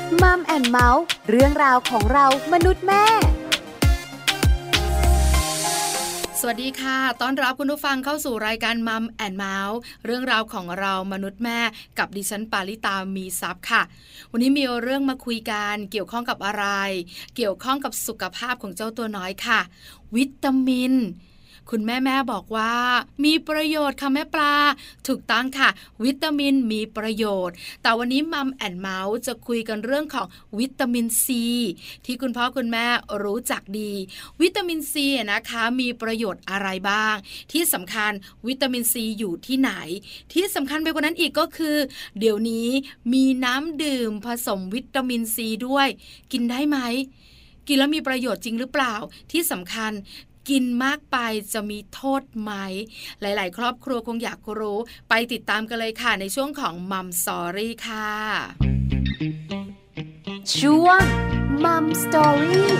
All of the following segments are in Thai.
มัมแอนด์เมาส์เรื่องราวของเรามนุษย์แม่สวัสดีค่ะต้อนรับคุณผู้ฟังเข้าสู่รายการมัมแอนด์เมาส์เรื่องราวของเรามนุษย์แม่กับดิฉันปาริตามีซัพ์ค่ะวันนี้มีเรื่องมาคุยกันเกี่ยวข้องกับอะไรเกี่ยวข้องกับสุขภาพของเจ้าตัวน้อยค่ะวิตามินคุณแม่บอกว่ามีประโยชน์ค่ะแม่ปลาถูกต้องค่ะวิตามินมีประโยชน์แต่วันนี้มัมแอนด์เมาส์จะคุยกันเรื่องของวิตามินซีที่คุณพ่อคุณแม่รู้จักดีวิตามินซีนะคะมีประโยชน์อะไรบ้างที่สำคัญวิตามินซีอยู่ที่ไหนที่สำคัญไปกว่านั้นอีกก็คือเดี๋ยวนี้มีน้ำดื่มผสมวิตามินซีด้วยกินได้ไหมกินแล้วมีประโยชน์จริงหรือเปล่าที่สำคัญกินมากไปจะมีโทษไหมหลายๆครอบครัวคงอยากรู้ไปติดตามกันเลยค่ะในช่วงของมัมสตอรี่ค่ะช่วงมัมสตอรี่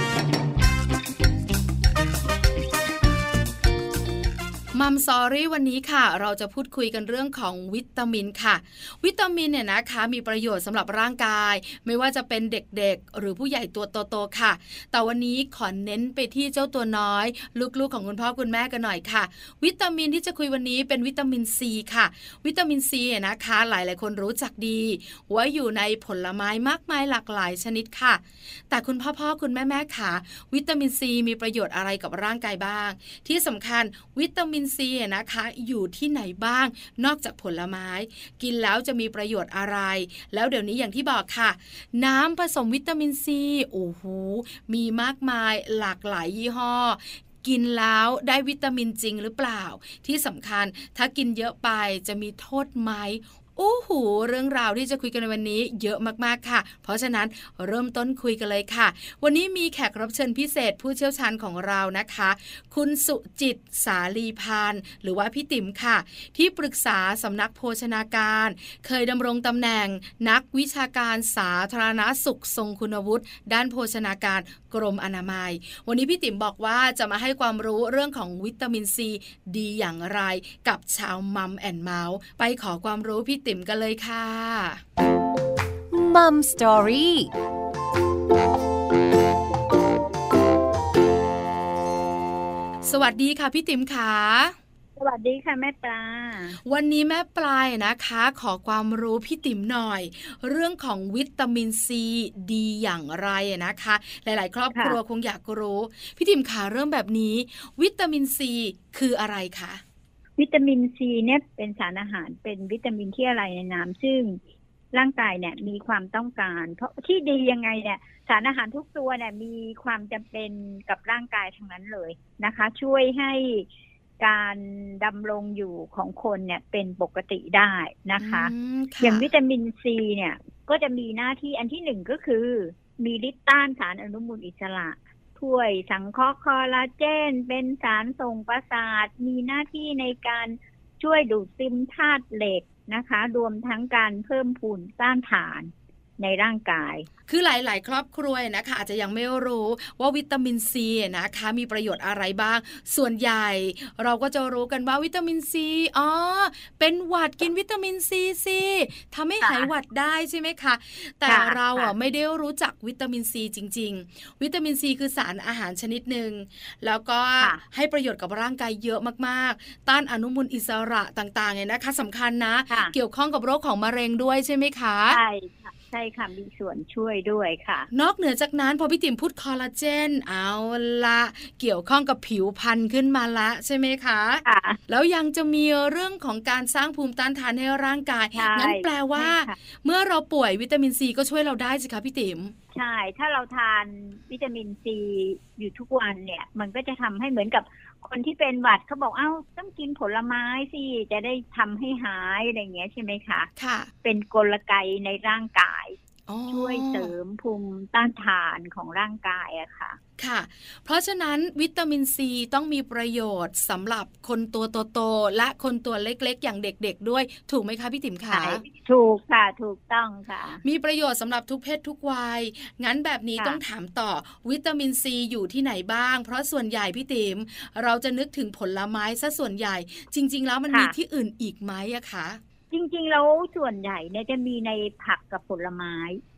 มัมซอรี่วันนี้ค่ะเราจะพูดคุยกันเรื่องของวิตามินค่ะวิตามินเนี่ยนะคะมีประโยชน์สำหรับร่างกายไม่ว่าจะเป็นเด็กๆหรือผู้ใหญ่ตัวโตๆค่ะแต่วันนี้ขอเน้นไปที่เจ้าตัวน้อยลูกๆของคุณพ่อคุณแม่กันหน่อยค่ะวิตามินที่จะคุยวันนี้เป็นวิตามินซีค่ะวิตามินซีนะคะหลายๆคนรู้จักดีว่าอยู่ในผลไม้มากมายหลากหลายชนิดค่ะแต่คุณพ่อคุณแม่ค่ะวิตามินซีมีประโยชน์อะไรกับร่างกายบ้างที่สำคัญวิตามินซีนะคะอยู่ที่ไหนบ้างนอกจากผลไม้กินแล้วจะมีประโยชน์อะไรแล้วเดี๋ยวนี้อย่างที่บอกค่ะน้ำผสมวิตามินซีโอ้โหมีมากมายหลากหลายยี่ห้อกินแล้วได้วิตามินจริงหรือเปล่าที่สำคัญถ้ากินเยอะไปจะมีโทษไหมโอ้โหเรื่องราวที่จะคุยกันในวันนี้เยอะมากๆค่ะเพราะฉะนั้นเริ่มต้นคุยกันเลยค่ะวันนี้มีแขกรับเชิญพิเศษผู้เชี่ยวชาญของเรานะคะคุณสุจิตสาลีพานหรือว่าพี่ติ๋มค่ะที่ปรึกษาสำนักโภชนาการเคยดำรงตำแหน่งนักวิชาการสาธารณสุขทรงคุณวุฒิด้านโภชนาการกรมอนามัยวันนี้พี่ติ๋มบอกว่าจะมาให้ความรู้เรื่องของวิตามินซีดีอย่างไรกับชาวมัมแอนด์เมาส์ไปขอความรู้พี่ติ๋มกันเลยค่ะมัมสตอรี่สวัสดีค่ะพี่ติ๋มค่ะสวัสดีค่ะแม่ปลาวันนี้แม่ปลายนะคะขอความรู้พี่ติ๋มหน่อยเรื่องของวิตามินซีดีอย่างไรนะคะหลายๆครอบครัวคงอยากรู้พี่ติ๋มค่ะเริ่มแบบนี้วิตามินซีคืออะไรคะวิตามินซีเนี่ยเป็นสารอาหารเป็นวิตามินที่ละลายในน้ำซึ่งร่างกายเนี่ยมีความต้องการเพราะที่ดียังไงเนี่ยสารอาหารทุกตัวเนี่ยมีความจำเป็นกับร่างกายทั้งนั้นเลยนะคะช่วยให้การดำรงอยู่ของคนเนี่ยเป็นปกติได้นะคะอย่างวิตามินซีเนี่ยก็จะมีหน้าที่อันที่หนึ่งก็คือมีฤทธิ์ต้านสารอนุมูลอิสระช่วยสังเคราะห์คอลลาเจนเป็นสารส่งประสาทมีหน้าที่ในการช่วยดูดซึมธาตุเหล็กนะคะรวมทั้งการเพิ่มภูมิต้านทานในร่างกายคือหลายๆครอบครัวนะคะอาจจะยังไม่รู้ว่าวิตามินซีนะคะมีประโยชน์อะไรบ้างส่วนใหญ่เราก็จะรู้กันว่าวิตามินซีเป็นหวัดกินวิตามินซีสิทำให้หายหวัดได้ใช่ไหมคะแต่เราไม่ได้รู้จักวิตามินซีจริงๆวิตามินซีคือสารอาหารชนิดหนึ่งแล้วก็ให้ประโยชน์กับร่างกายเยอะมากๆต้านอนุมูลอิสระต่างๆเนี่ยนะคะสำคัญนะเกี่ยวข้องกับโรคของมะเร็งด้วยใช่ไหมคะใช่ค่ะใช่ค่ะมีส่วนช่วยด้วยค่ะนอกเหนือจากนั้นพอพี่ติ๋มพูดคอลลาเจนเอาละเกี่ยวข้องกับผิวพรรณขึ้นมาละใช่ไหมคะค่ะแล้วยังจะมีเรื่องของการสร้างภูมิต้านทานให้ร่างกายงั้นแปลว่าเมื่อเราป่วยวิตามินซีก็ช่วยเราได้สิคะพี่ติ๋มใช่ถ้าเราทานวิตามินซีอยู่ทุกวันเนี่ยมันก็จะทำให้เหมือนกับคนที่เป็นหวัดเขาบอกต้องกินผลไม้สิจะได้ทำให้หายอะไรอย่างเงี้ยใช่ไหมคะค่ะเป็นกลไกในร่างกายช่วยเสริมภูมิต้านทานของร่างกายอะค่ะค่ะเพราะฉะนั้นวิตามินซีต้องมีประโยชน์สำหรับคนตัวโตๆและคนตัวเล็กๆอย่างเด็กๆด้วยถูกไหมคะพี่ติ๋มคะถูกค่ะถูกต้องค่ะมีประโยชน์สำหรับทุกเพศทุกวัยงั้นแบบนี้ต้องถามต่อวิตามินซีอยู่ที่ไหนบ้างเพราะส่วนใหญ่พี่ติ๋มเราจะนึกถึงผลไม้ซะส่วนใหญ่จริงๆแล้วมันมีที่อื่นอีกไหมอะคะจริงๆแล้วส่วนใหญ่เนี่ยจะมีในผักกับผลไม้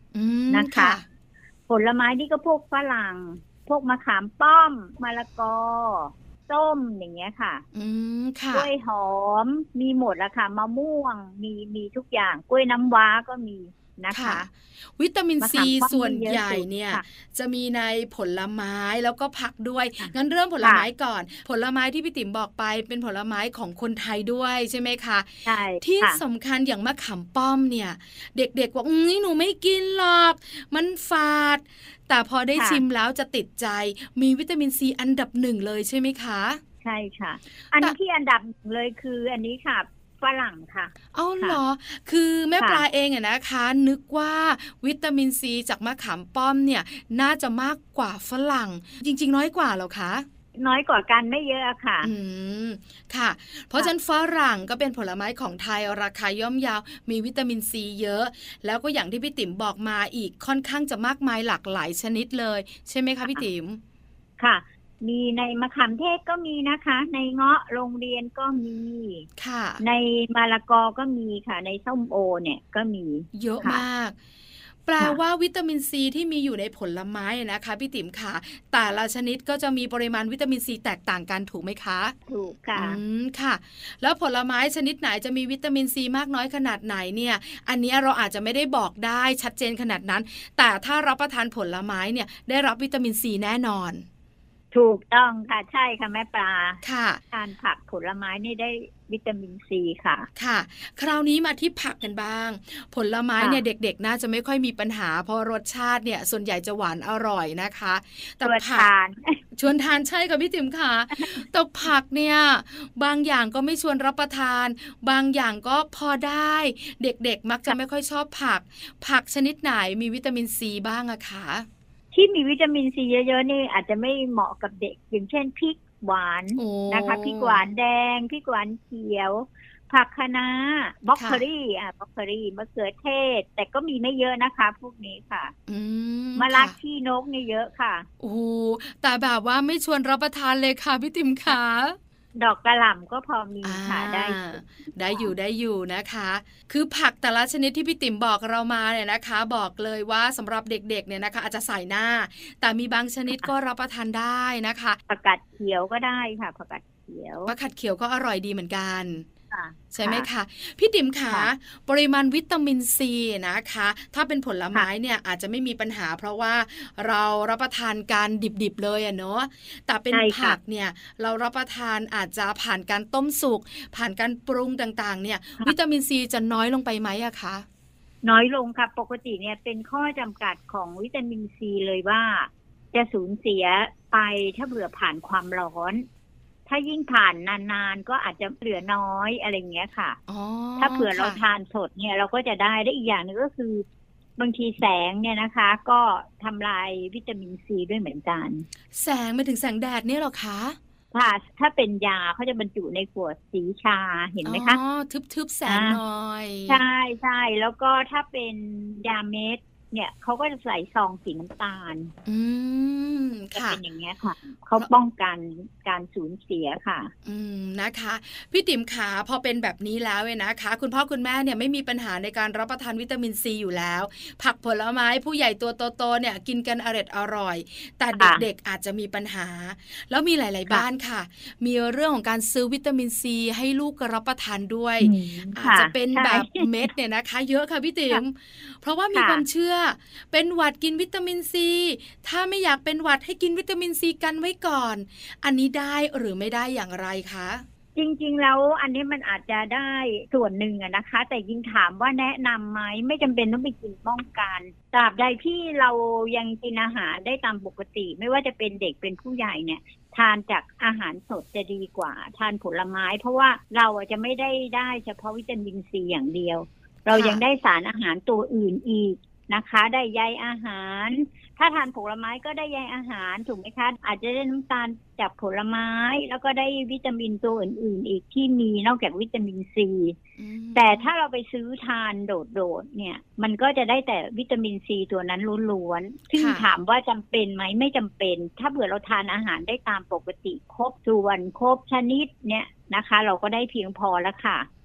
นะคะผลไม้นี่ก็พวกฝรั่งพวกมะขามป้อมมะละกอส้มอย่างเงี้ยค่ะกล้วยหอมมีหมดละค่ะมะม่วงมีทุกอย่างกล้วยน้ำว้าก็มีนะคะวิตามินซีส่วนใหญ่เนี่ยจะมีในผลไม้แล้วก็ผักด้วยงั้นเริ่มผลไม้ก่อนผลไม้ที่พี่ติ๋มบอกไปเป็นผลไม้ของคนไทยด้วยใช่ไหมคะใช่ที่สำคัญอย่างมะขามป้อมเนี่ยเด็กๆบอกหนูไม่กินหรอกมันฝาดแต่พอได้ชิมแล้วจะติดใจมีวิตามินซีอันดับ1เลยใช่ไหมคะใช่ค่ะอันที่อันดับเลยคืออันนี้ค่ะฝรั่งค่ะเอาเหรอคือแม่ปลาเองอะนะคะนึกว่าวิตามินซีจากมะขามป้อมเนี่ยน่าจะมากกว่าฝรั่งจริงๆน้อยกว่าเหรอคะน้อยกว่ากันไม่เยอะค่ะค่ะเพราะฉะนั้นฝรั่งก็เป็นผลไม้ของไทยราคาย่อมเยาวมีวิตามินซีเยอะแล้วก็อย่างที่พี่ติ๋มบอกมาอีกค่อนข้างจะมากมายหลากหลายชนิดเลยใช่ไหมคะพี่ติ๋มค่ะมีในมะขามเทศก็มีนะคะในเงาะโรงเรียนก็มีค่ะในมะละกอก็มีค่ะในส้มโอเนี่ยก็มีเยอะมากแปลว่าวิตามินซีที่มีอยู่ในผลไม้นะคะพี่ติ๋มค่ะแต่ละชนิดก็จะมีปริมาณวิตามินซีแตกต่างกันถูกไหมคะถูกค่ะค่ะแล้วผลไม้ชนิดไหนจะมีวิตามินซีมากน้อยขนาดไหนเนี่ยอันนี้เราอาจจะไม่ได้บอกได้ชัดเจนขนาดนั้นแต่ถ้ารับประทานผลไม้เนี่ยได้รับวิตามินซีแน่นอนถูกต้องค่ะใช่ค่ะแม่ปลาค่ะทานผักผลไม้นี่ได้วิตามินซีค่ะค่ะคราวนี้มาที่ผักกันบ้างผลไม้เนี่ยเด็กๆน่าจะไม่ค่อยมีปัญหาเพราะรสชาติเนี่ยส่วนใหญ่จะหวานอร่อยนะคะแต่ผักชวนทานใช่ค่ะพี่ติ๋มค่ะแต่ผักเนี่ยบางอย่างก็ไม่ชวนรับประทานบางอย่างก็พอได้เด็กๆมักจะไม่ค่อยชอบผักชนิดไหนมีวิตามินซีบ้างอะคะที่มีวิตามินซีเยอะๆนี่อาจจะไม่เหมาะกับเด็กอย่างเช่นพริกหวานนะคะพริกหวานแดงพริกหวานเขียวผักคะน้าบล็อกโคลี่บล็อกโคลี่มะเขือเทศแต่ก็มีไม่เยอะนะคะพวกนี้ค่ะมะระขี้นกนี่เยอะค่ะโอ้แต่แบบว่าไม่ชวนรับประทานเลยค่ะพี่ติ๋มขาดอกกระหล่ำก็พอมีค่ะได้อยู่นะคะคือผักแต่ละชนิดที่พี่ติ๋มบอกเรามาเนี่ยนะคะบอกเลยว่าสำหรับเด็กๆเนี่ยนะคะอาจจะใส่หน้าแต่มีบางชนิดก็รับประทานได้นะคะผักกาดเขียวก็ได้ค่ะผักกาดเขียวก็อร่อยดีเหมือนกันใช่ไหมคะพี่ติ๋มขาปริมาณวิตามินซีนะคะถ้าเป็นผลไม้เนี่ยอาจจะไม่มีปัญหาเพราะว่าเรารับประทานการดิบๆเลยเนาะแต่เป็นผักเนี่ยเรารับประทานอาจจะผ่านการต้มสุกผ่านการปรุงต่างๆเนี่ยวิตามินซีจะน้อยลงไปไหมอะคะน้อยลงค่ะปกติเนี่ยเป็นข้อจำกัดของวิตามินซีเลยว่าจะสูญเสียไปถ้าเบื่อผ่านความร้อนถ้ายิ่งผ่านนานๆก็อาจจะเหลือน้อยอะไรเงี้ยค่ะถ้าเผื่อเราทานสดเนี่ยเราก็จะได้อีกอย่างนึงก็คือบางทีแสงเนี่ยนะคะก็ทำลายวิตามินซีด้วยเหมือนกันแสงไม่ถึงแสงแดดเนี่ยหรอคะค่ะถ้าเป็นยาเขาจะบรรจุในขวดสีชาเห็นไหมคะทึบๆแสงหน่อยใช่แล้วก็ถ้าเป็นยาเม็ดเนี่ยเขาก็จะใส่ซองสีน้ำตาลจะเป็นอย่างเงี้ยค่ะเขาป้องกันการสูญเสียค่ะนะคะพี่ติ๋มขาพอเป็นแบบนี้แล้วเนี่ยนะคะคุณพ่อคุณแม่เนี่ยไม่มีปัญหาในการรับประทานวิตามินซีอยู่แล้วผักผลไม้ผู้ใหญ่ตัวโตๆเนี่ยกินกันอร่อยแต่เด็กๆอาจจะมีปัญหาแล้วมีหลายๆบ้านค่ะมีเรื่องของการซื้อวิตามินซีให้ลูกรับประทานด้วยอาจจะเป็นแบบเม็ดเนี่ยนะคะเยอะค่ะพี่ติ๋มเพราะว่ามีความเชื่อเป็นหวัดกินวิตามินซีถ้าไม่อยากเป็นหวัดให้กินวิตามินซีกันไว้ก่อนอันนี้ได้หรือไม่ได้อย่างไรคะจริงๆแล้วอันนี้มันอาจจะได้ส่วนหนึ่งนะคะแต่ยิ่งถามว่าแนะนำไหมไม่จำเป็นต้องไปกินป้องกันตราบใดที่เรายังกินอาหารได้ตามปกติไม่ว่าจะเป็นเด็กเป็นผู้ใหญ่เนี่ยทานจากอาหารสดจะดีกว่าทานผลไม้เพราะว่าเราจะไม่ได้เฉพาะวิตามินซีอย่างเดียวเรายังได้สารอาหารตัวอื่นอีกนะคะได้ใยอาหารถ้าทานผลไม้ก็ได้ใยอาหารถูกไหมคะอาจจะได้น้ำตาลจากผลไม้แล้วก็ได้วิตามินตัวอื่นๆอีกที่มีนอกจากวิตามินซีแต่ถ้าเราไปซื้อทานโดดๆเนี่ยมันก็จะได้แต่วิตามินซีตัวนั้นล้วนๆซึ่งถามว่าจำเป็นไหมไม่จำเป็นถ้าเผื่อเราทานอาหารได้ตามปกติครบส่วนครบชนิดเนี่ยนะคะเราก็ได้เพียงพอแล้วค่ะ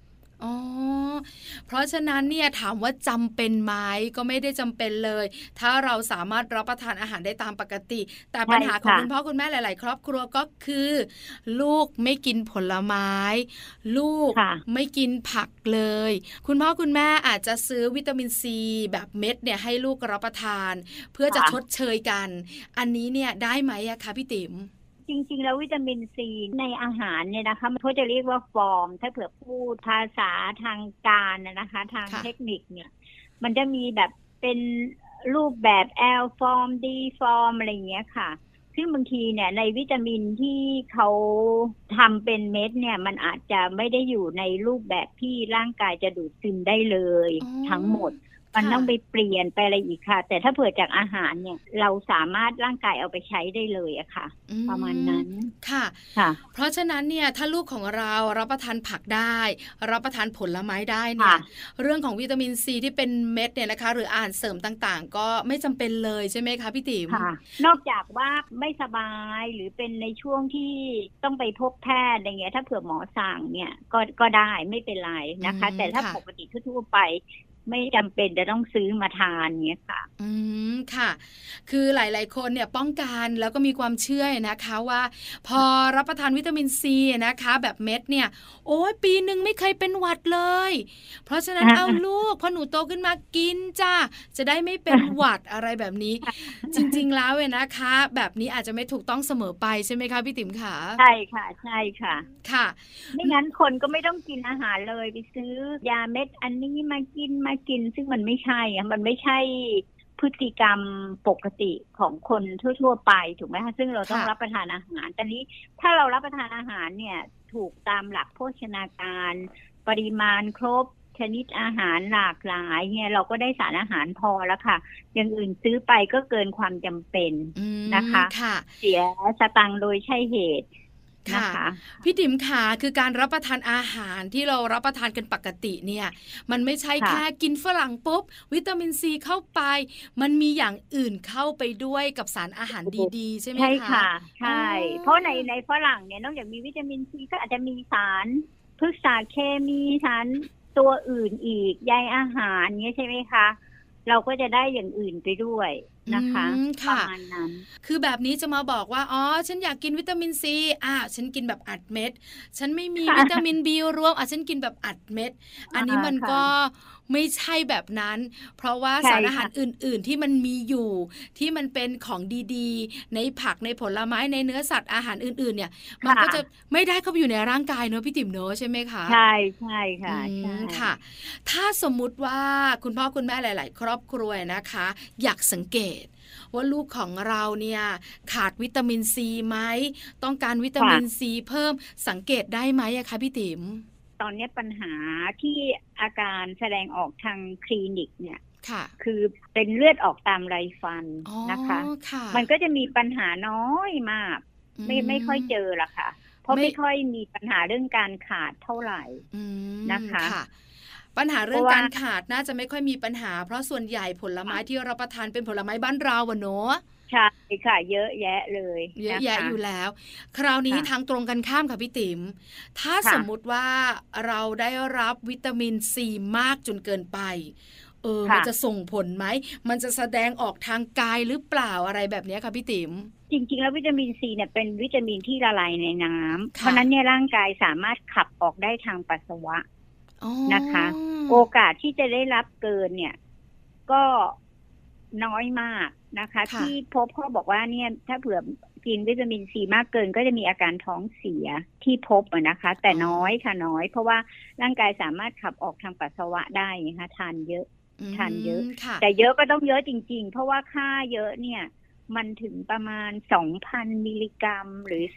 อ๋อเพราะฉะนั้นเนี่ยถามว่าจำเป็นไหมก็ไม่ได้จำเป็นเลยถ้าเราสามารถรับประทานอาหารได้ตามปกติแต่ปัญใช่หาของค่ะคุณพ่อคุณแม่หลายๆครอบครัวก็คือลูกไม่กินผลไม้ลูกค่ะไม่กินผักเลยคุณพ่อคุณแม่อาจจะซื้อวิตามินซีแบบเม็ดเนี่ยให้ลูกรับประทานเพื่อจะค่ะชดเชยกันอันนี้เนี่ยได้ไหมอะคะพี่ติ๋มจริงๆแล้ววิตามินซีในอาหารเนี่ยนะคะมันเขาจะเรียกว่าฟอร์มถ้าเผื่อพูดภาษาทางการนะคะทางค่ะเทคนิคเนี่ยมันจะมีแบบเป็นรูปแบบ L ฟอร์ม D ฟอร์มอะไรอย่างเงี้ยค่ะซึ่งบางทีเนี่ยในวิตามินที่เขาทำเป็นเม็ดเนี่ยมันอาจจะไม่ได้อยู่ในรูปแบบที่ร่างกายจะดูดซึมได้เลยอ๋อทั้งหมดมันต้องไปเปลี่ยนไปอะไรอีกค่ะแต่ถ้าเผื่อจากอาหารเนี่ยเราสามารถร่างกายเอาไปใช้ได้เลยอะค่ะอืประมาณนั้นค่ะค่ะเพราะฉะนั้นเนี่ยถ้าลูกของเรารับประทานผักได้รับประทานผลไม้ได้เนี่ค่ะยเรื่องของวิตามินซีที่เป็นเม็ดเนี่ยนะคะหรืออาหารเสริมต่างๆก็ไม่จำเป็นเลยใช่ไหมคะพี่ติ๋มค่ะนอกจากว่าไม่สบายหรือเป็นในช่วงที่ต้องไปพบแพทย์อะไรเงี้ยถ้าเผื่อหมอสั่งเนี่ยก็ได้ไม่เป็นไรนะคะแต่ถ้าค่ะปกติทั่วๆไปไม่จำเป็นจะต้องซื้อมาทานเงี้ยค่ะค่ะคือหลายๆคนเนี่ยป้องกันแล้วก็มีความเชื่อนะคะว่าพอรับประทานวิตามินซีนะคะแบบเม็ดเนี่ยโอ้ยปีหนึ่งไม่เคยเป็นหวัดเลยเพราะฉะนั้นเอาลูกพอหนูโตขึ้นมากินจ้าจะได้ไม่เป็นหวัดอะไรแบบนี้จริงๆแล้วนะคะแบบนี้อาจจะไม่ถูกต้องเสมอไปใช่ไหมคะพี่ติ๋มขาใช่ค่ะใช่ค่ะค่ะไม่งั้นคนก็ไม่ต้องกินอาหารเลยไปซื้อยาเม็ดอันนี้มากินซึ่งมันไม่ใช่อะมันไม่ใช่พฤติกรรมปกติของคนทั่วๆไปถูกไหมคะซึ่งเราต้องค่ะรับประทานอาหารแต่นี้ถ้าเรารับประทานอาหารเนี่ยถูกตามหลักโภชนาการปริมาณครบชนิดอาหารหลากหลายเนี่ยเราก็ได้สารอาหารพอแล้วค่ะอย่างอื่นซื้อไปก็เกินความจำเป็นนะคะค่ะเสียสตังค์โดยใช่เหตุนะค่ะคะพี่ติ๋มขาคือการรับประทานอาหารที่เรารับประทานกันปกติเนี่ยมันไม่ใช่ค่ะแค่กินฝรั่งปุ๊บวิตามินซีเข้าไปมันมีอย่างอื่นเข้าไปด้วยกับสารอาหารดีๆใช่ไหมใช่คะค่ะอ๋อใช่เพราะในฝรั่งเนี่ยนอกจากมีวิตามินซีก็อาจจะมีสารพฤกษเคมีสารตัวอื่นอีกใยอาหารเนี้ยใช่ไหมคะเราก็จะได้อย่างอื่นไปด้วยนะคะประค่ะมาณนั้นคือแบบนี้จะมาบอกว่าอ๋อฉันอยากกินวิตามินซีฉันกินแบบอัดเม็ดฉันไม่มีค่ะวิตามินบีรวมฉันกินแบบอัดเม็ดอันนี้มันค่ะก็ไม่ใช่แบบนั้นเพราะว่าใช่สารอาหารค่ะอื่นๆที่มันมีอยู่ที่มันเป็นของดีๆในผักในผลไม้ในเนื้อสัตว์อาหารอื่นๆเนี่ยมันก็ค่ะจะไม่ได้เข้าไปอยู่ในร่างกายเนอะพี่ติ๋มเนอะใช่ไหมคะใช่ใช่ค่ะใช่ค่ะถ้าสมมุติว่าคุณพ่อคุณแม่หลายๆครอบครัวนะคะอยากสังเกตว่าลูกของเราเนี่ยขาดวิตามินซีไหมต้องการวิตามินค่ะซีเพิ่มสังเกตได้ไหมอะคะพี่ติ๋มตอนนี้ปัญหาที่อาการแสดงออกทางคลินิกเนี่ยค่ะคือเป็นเลือดออกตามไรฟันอ๋อนะคะค่ะมันก็จะมีปัญหาน้อยมากไม่ค่อยเจอละค่ะเพราะไม่ค่อยมีปัญหาเรื่องการขาดเท่าไหร่นะคะค่ะปัญหาเรื่องเพราะว่าการขาดน่าจะไม่ค่อยมีปัญหาเพราะส่วนใหญ่ผลไม้ที่รับประทานเป็นผลไม้บ้านเราอะเนอะใช่ค่ะเยอะแยะเลยเยอะนะคะแยะอยู่แล้วคราวนี้ทางตรงกันข้ามค่ะพี่ติ๋มถ้าสค่ะมมุติว่าเราได้รับวิตามินซีมากจนเกินไปมันจะส่งผลไหมมันจะแสดงออกทางกายหรือเปล่าอะไรแบบนี้ค่ะพี่ติ๋มจริงๆแล้ววิตามินซีเนี่ยเป็นวิตามินที่ละลายในน้ำเพราะนั้นเนี่ยร่างกายสามารถขับออกได้ทางปัสสาวะนะคะโอกาสที่จะได้รับเกินเนี่ยก็น้อยมากนะคะที่พบเขาบอกว่าเนี่ยถ้าเผื่อกินวิตามินซีมากเกินก็จะมีอาการท้องเสียที่พบนะคะแต่น้อยค่ะน้อยเพราะว่าร่างกายสามารถขับออกทางปัสสาวะได้นะคะทานเยอะแต่เยอะก็ต้องเยอะจริงๆเพราะว่าค่าเยอะเนี่ยมันถึงประมาณ 2,000 มิลลิกรัมหรือ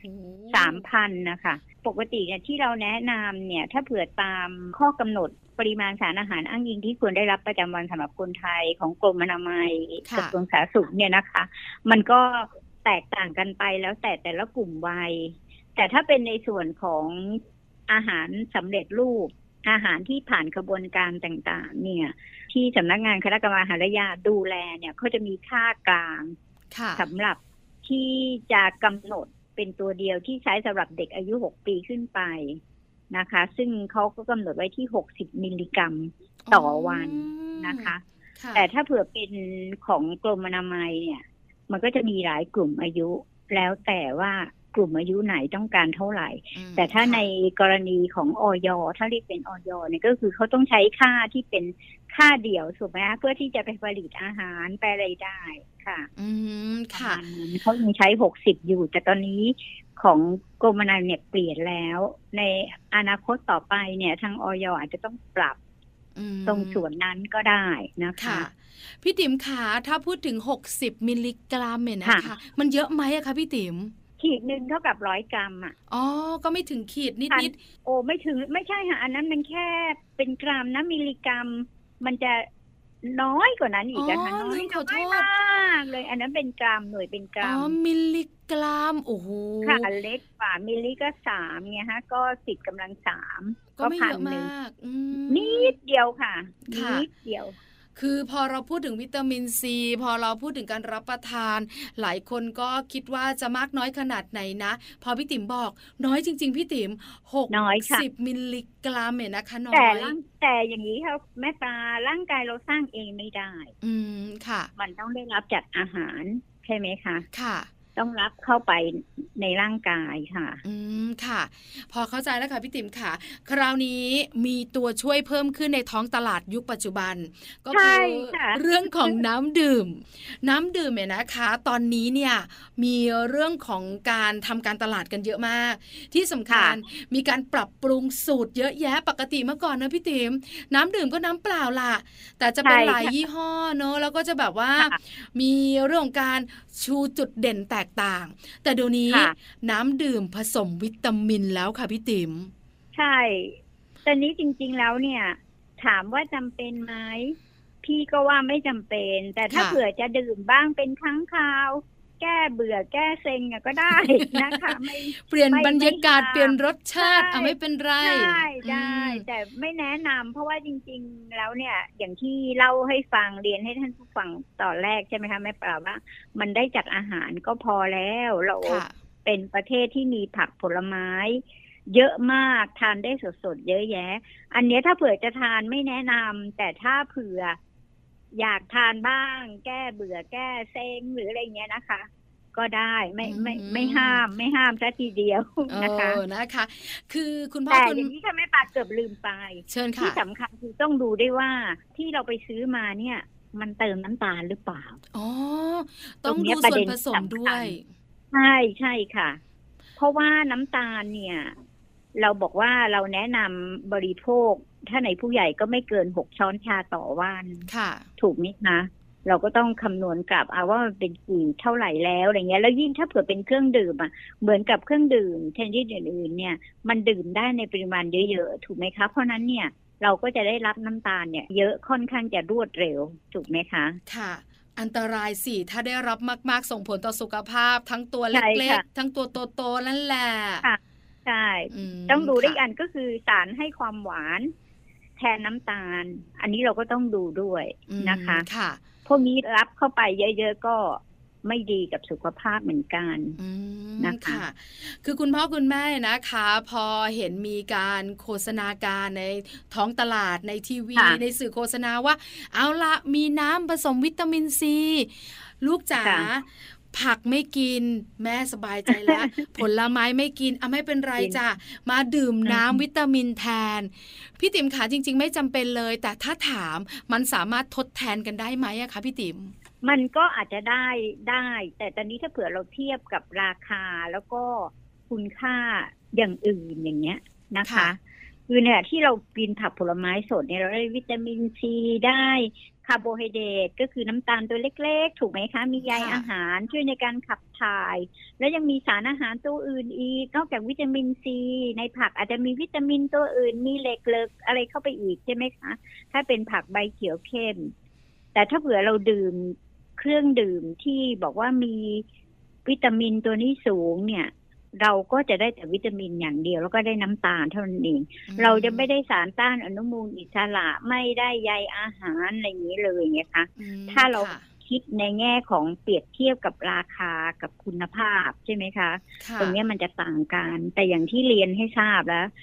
3,000 นะคะปกติเนี่ยที่เราแนะนำเนี่ยถ้าเผื่อตามข้อกำหนดปริมาณสารอาหารอ้างอิงที่ควรได้รับประจำวันสำหรับคนไทยของกรมอนามัยกระทรวงสาธารณสุขเนี่ยนะคะมันก็แตกต่างกันไปแล้วแต่ละกลุ่มวัยแต่ถ้าเป็นในส่วนของอาหารสำเร็จรูปอาหารที่ผ่านกระบวนการต่างๆเนี่ยที่สำนักงานคณะกรรมการอาหารและยาดูแลเนี่ยเขาจะมีค่ากลางสำหรับที่จะกำหนดเป็นตัวเดียวที่ใช้สำหรับเด็กอายุ6 ปีขึ้นไปนะคะซึ่งเขาก็กำหนดไว้ที่60มิลลิกรัมต่อวันนะคะแต่ถ้าเผื่อเป็นของกรมอนามัยเนี่ยมันก็จะมีหลายกลุ่มอายุแล้วแต่ว่ากลุ่มอายุไหนต้องการเท่าไหร่แต่ถ้าในกรณีของอย.ถ้าเรียกเป็นอย.เนี่ยก็คือเขาต้องใช้ค่าที่เป็นค่าเดี่ยวถูกไหมคะเพื่อที่จะไปผลิตอาหารไปอะไรได้ค่ะค่ะเขายังใช้60อยู่แต่ตอนนี้ของกรมอนามัยเนี่ยเปลี่ยนแล้วในอนาคตต่อไปเนี่ยทางอย.อาจจะต้องปรับตรงส่วนนั้นก็ได้นะคะพี่ติ๋มคะถ้าพูดถึง60มิลลิกรัมเนี่ยนะคะมันเยอะไหมอะคะพี่ติ๋มขีดหนึ่งเท่ากับ100 กรัมอ่ะอ๋อก็ไม่ถึงขีดนิดโอ้ไม่ถึงไม่ใช่ค่ะอันนั้นมันแค่เป็นกรัมนะมิลลิกรัมมันจะน้อยกว่านั้นอีกนะคะน้อยมากเลยอันนั้นเป็นกรัมหน่วยเป็นกรัมมิลลิกรัมโอ้โหค่ะเล็กกว่ามิลลิก็3ไงฮะก็10⁻³ ก็ไม่เยอะมากนิดเดียวค่ะนิดเดียวคือพอเราพูดถึงวิตามินซีพอเราพูดถึงการรับประทานหลายคนก็คิดว่าจะมากน้อยขนาดไหนนะพอพี่ติ๋มบอกน้อยจริงๆพี่ติ๋ม60มิลลิกรัมเนี่ยนะคะน้อยแต่อย่างนี้ค่ะแม่ปลาร่างกายเราสร้างเองไม่ได้ค่ะมันต้องได้รับจากอาหารใช่ไหมคะค่ะต้องรับเข้าไปในร่างกายค่ะค่ะพอเข้าใจแล้วค่ะพี่ติ๋มค่ะคราวนี้มีตัวช่วยเพิ่มขึ้นในท้องตลาดยุคปัจจุบันก็คือเรื่องของน้ำดื่มเนี่ยนะคะตอนนี้เนี่ยมีเรื่องของการทำการตลาดกันเยอะมากที่สำคัญมีการปรับปรุงสูตรเยอะแยะปกติเมื่อก่อนนะพี่ติ๋มน้ำดื่มก็น้ำเปล่าล่ะแต่จะเป็นหลายยี่ห้อเนอะแล้วก็จะแบบว่ามีเรื่องของการชูจุดเด่นแตกต่างแต่เดี๋ยวนี้น้ำดื่มผสมวิตามินแล้วค่ะพี่ติ๋มใช่ตอนนี้จริงๆแล้วเนี่ยถามว่าจำเป็นไหมพี่ก็ว่าไม่จำเป็นแต่ถ้าเผื่อจะดื่มบ้างเป็นครั้งคราวแก้เบื่อแก้เซ็งก็ได้นะคะไม่เปลี่ยนบรรยากาศเปลี่ยนรสชาติไม่เป็นไรได้แต่ไม่แนะนำเพราะว่าจริงๆแล้วเนี่ยอย่างที่เล่าให้ฟังเรียนให้ท่านผู้ฟังตอนแรกใช่ไหมคะไม่เปล่าว่ามันได้จากอาหารก็พอแล้วเราเป็นประเทศที่มีผักผลไม้เยอะมากทานได้สดๆเยอะแยะอันนี้ถ้าเผื่อจะทานไม่แนะนำแต่ถ้าเผื่ออยากทานบ้างแก้เบื่อแก้เซ็งหรืออะไรเงี้ยนะคะก็ได้ไม่ห้ามซะทีเดียวนะคะคือคุณพ่อแต่อย่างนี้ค่ะแม่ปาเกือบลืมไปเชิญค่ะที่สำคัญคือต้องดูได้ว่าที่เราไปซื้อมาเนี่ยมันเติมน้ำตาลหรือเปล่าต้องดูส่วนผสมด้วยใช่ค่ะเพราะว่าน้ำตาลเนี่ยเราบอกว่าเราแนะนำบริโภคถ้าในผู้ใหญ่ก็ไม่เกิน6 ช้อนชาต่อวันถูกไหมคะเราก็ต้องคำนวณกลับเอาว่ามันเป็นกี่เท่าไหร่แล้วอะไรเงี้ยแล้วยิ่งถ้าเผื่อเป็นเครื่องดื่มเหมือนกับเครื่องดื่มชนิดอื่นๆเนี่ยมันดื่มได้ในปริมาณเยอะๆถูกไหมคะเพราะนั้นเนี่ยเราก็จะได้รับน้ำตาลเนี่ยเยอะค่อนข้างจะรวดเร็วถูกไหมคะค่ะอันตรายสิถ้าได้รับมากๆส่งผลต่อสุขภาพทั้งตัวเล็กๆทั้งตัวโตๆนั่นแหละใช่ต้องดูด้วยกันก็คือสารให้ความหวานแทนน้ำตาลอันนี้เราก็ต้องดูด้วยนะคะพวกนี้รับเข้าไปเยอะๆก็ไม่ดีกับสุขภาพเหมือนกันนะคะคือคุณพ่อคุณแม่นะคะพอเห็นมีการโฆษณาการในท้องตลาดในทีวีในสื่อโฆษณาว่าเอาละมีน้ำผสมวิตามินซีลูกจ๋าผักไม่กินแม่สบายใจแล้ว ผลไม้ไม่กินไม่เป็นไรจ้ะมาดื่มน้ำวิตามินแทนพี่ติ๋มขาจริงๆไม่จำเป็นเลยแต่ถ้าถามมันสามารถทดแทนกันได้ไหมอะคะพี่ติ๋มมันก็อาจจะได้แต่ตอนนี้ถ้าเผื่อเราเทียบกับราคาแล้วก็คุณค่าอย่างอื่นอย่างเงี้ยนะคะคือเนี่ยที่เรากินผักผลไม้สดเนี่ยเราได้วิตามินซีได้คาร์โบไฮเดรตก็คือน้ำตาลตัวเล็กๆถูกไหมคะมีใยอาหารช่วยในการขับถ่ายแล้วยังมีสารอาหารตัวอื่นอีกนอกจากวิตามินซีในผักอาจจะมีวิตามินตัวอื่นมีเหล็กอะไรเข้าไปอีกใช่ไหมคะถ้าเป็นผักใบเขียวเข้มแต่ถ้าเผื่อเราดื่มเครื่องดื่มที่บอกว่ามีวิตามินตัวนี้สูงเนี่ยเราก็จะได้แต่วิตามินอย่างเดียวแล้วก็ได้น้ำตาลเท่านั้นเองเราจะไม่ได้สารต้านอนุมูลอิสระไม่ได้ใยอาหารอะไรอย่างนี้เลยไงคะถ้าเราคิดในแง่ของเปรียบเทียบกับราคากับคุณภาพใช่ไหมคะตรงนี้มันจะต่างกันแต่อย่างที่เรียนให้ทราบแล้ว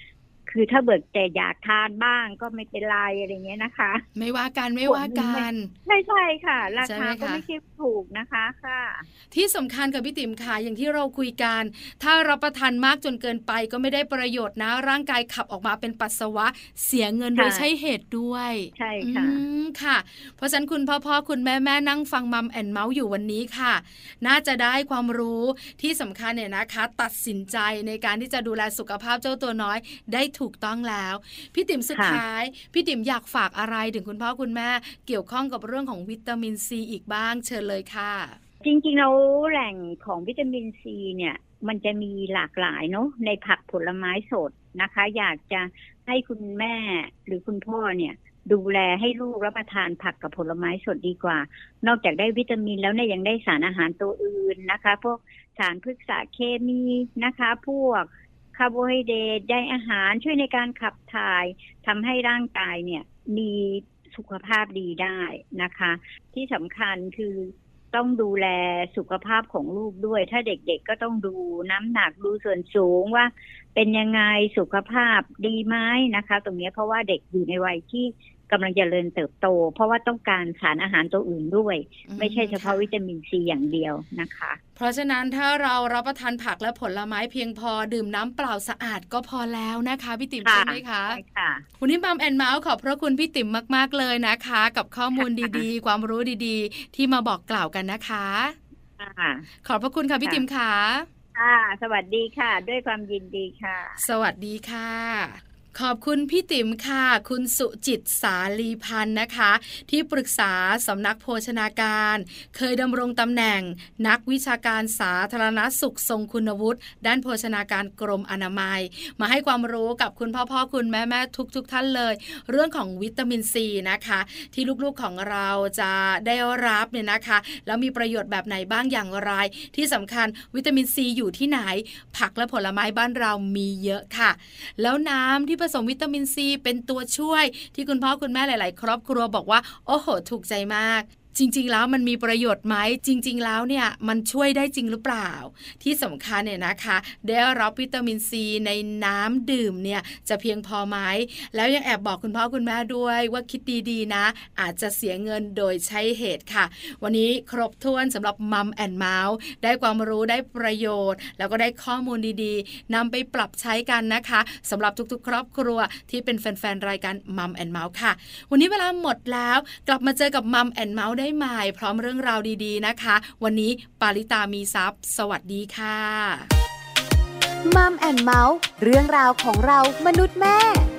คือถ้าเบิกแต่อยากทานบ้างก็ไม่เป็นไรอะไรเงี้ยนะคะไม่ว่ากันใช่ค่ะราคาก็ไม่ใช่ถูกนะคะค่ะที่สำคัญกับพี่ติ๋มค่ะอย่างที่เราคุยกันถ้ารับประทานมากจนเกินไปก็ไม่ได้ประโยชน์นะร่างกายขับออกมาเป็นปัสสาวะเสียเงินโดยใช่เหตุด้วยใช่ค่ะค่ะเพราะฉะนั้นคุณพ่อคุณแม่นั่งฟังมัมแอนเมาส์อยู่วันนี้ค่ะน่าจะได้ความรู้ที่สำคัญเนี่ยนะคะตัดสินใจในการที่จะดูแลสุขภาพเจ้าตัวน้อยได้ถูกต้องแล้วพี่ติ๋มสุดท้ายพี่ติ๋มอยากฝากอะไรถึงคุณพ่อคุณแม่เกี่ยวข้องกับเรื่องของวิตามินซีอีกบ้างเชิญเลยค่ะจริงๆแล้วแหล่งของวิตามินซีเนี่ยมันจะมีหลากหลายเนาะในผักผลไม้สดนะคะอยากจะให้คุณแม่หรือคุณพ่อเนี่ยดูแลให้ลูกรับประทานผักกับผลไม้สดดีกว่านอกจากได้วิตามินแล้วเนี่ยยังได้สารอาหารตัวอื่นนะคะพวกสารพฤกษเคมีนะคะพวกคาร์โบไฮเดรตใยอาหารช่วยในการขับถ่ายทำให้ร่างกายเนี่ยมีสุขภาพดีได้นะคะที่สำคัญคือต้องดูแลสุขภาพของลูกด้วยถ้าเด็กๆก็ต้องดูน้ำหนักดูส่วนสูงว่าเป็นยังไงสุขภาพดีไหมนะคะตรงนี้เพราะว่าเด็กอยู่ในวัยที่กำลังเจริญเติบโตเพราะว่าต้องการสารอาหารตัวอื่นด้วยไม่ใช่เฉพาะวิตามินซีอย่างเดียวนะคะเพราะฉะนั้นถ้าเรารับประทานผักและผลไม้เพียงพอดื่มน้ำเปล่าสะอาดก็พอแล้วนะคะพี่ติ๋มใช่ไหมคะใช่ค่ะวันนี้มัมแอนเมาส์ขอบพระคุณพี่ติ๋มมากๆเลยนะคะกับข้อมูลดีๆความรู้ดีๆที่มาบอกกล่าวกันนะคะขอบพระคุณค่ะพี่ติ๋มค่ะสวัสดีค่ะด้วยความยินดีค่ะสวัสดีค่ะขอบคุณพี่ติ๋มค่ะคุณสุจิตสาลีพันธ์นะคะที่ปรึกษาสำนักโภชนาการเคยดำรงตำแหน่งนักวิชาการสาธารณสุขทรงคุณวุฒิด้านโภชนาการกรมอนามัยมาให้ความรู้กับคุณพ่อคุณแม่ทุกท่านเลยเรื่องของวิตามินซีนะคะที่ลูกๆของเราจะได้รับเนี่ยนะคะแล้วมีประโยชน์แบบไหนบ้างอย่างไรที่สำคัญวิตามินซีอยู่ที่ไหนผักและผลไม้บ้านเรามีเยอะค่ะแล้วน้ำที่ผสมวิตามินซีเป็นตัวช่วยที่คุณพ่อคุณแม่หลายๆครอบครัวบอกว่าโอ้โหถูกใจมากจริงๆแล้วมันมีประโยชน์ไหมจริงๆแล้วเนี่ยมันช่วยได้จริงหรือเปล่าที่สำคัญเนี่ยนะคะได้รับวิตามินซีในน้ำดื่มเนี่ยจะเพียงพอไหมแล้วยังแอบบอกคุณพ่อคุณแม่ด้วยว่าคิดดีๆนะอาจจะเสียเงินโดยใช้เหตุค่ะวันนี้ครบถ้วนสำหรับมัมแอนด์เมาส์ได้ความรู้ได้ประโยชน์แล้วก็ได้ข้อมูลดีๆนำไปปรับใช้กันนะคะสำหรับทุกๆครอบครัวที่เป็นแฟนๆรายการมัมแอนด์เมาส์ค่ะวันนี้เวลาหมดแล้วกลับมาเจอกับมัมแอนด์เมาส์ได้ใหม่พร้อมเรื่องราวดีๆนะคะวันนี้ปาริตามีทรัพย์สวัสดีค่ะมัมแอนด์เมาส์เรื่องราวของเรามนุษย์แม่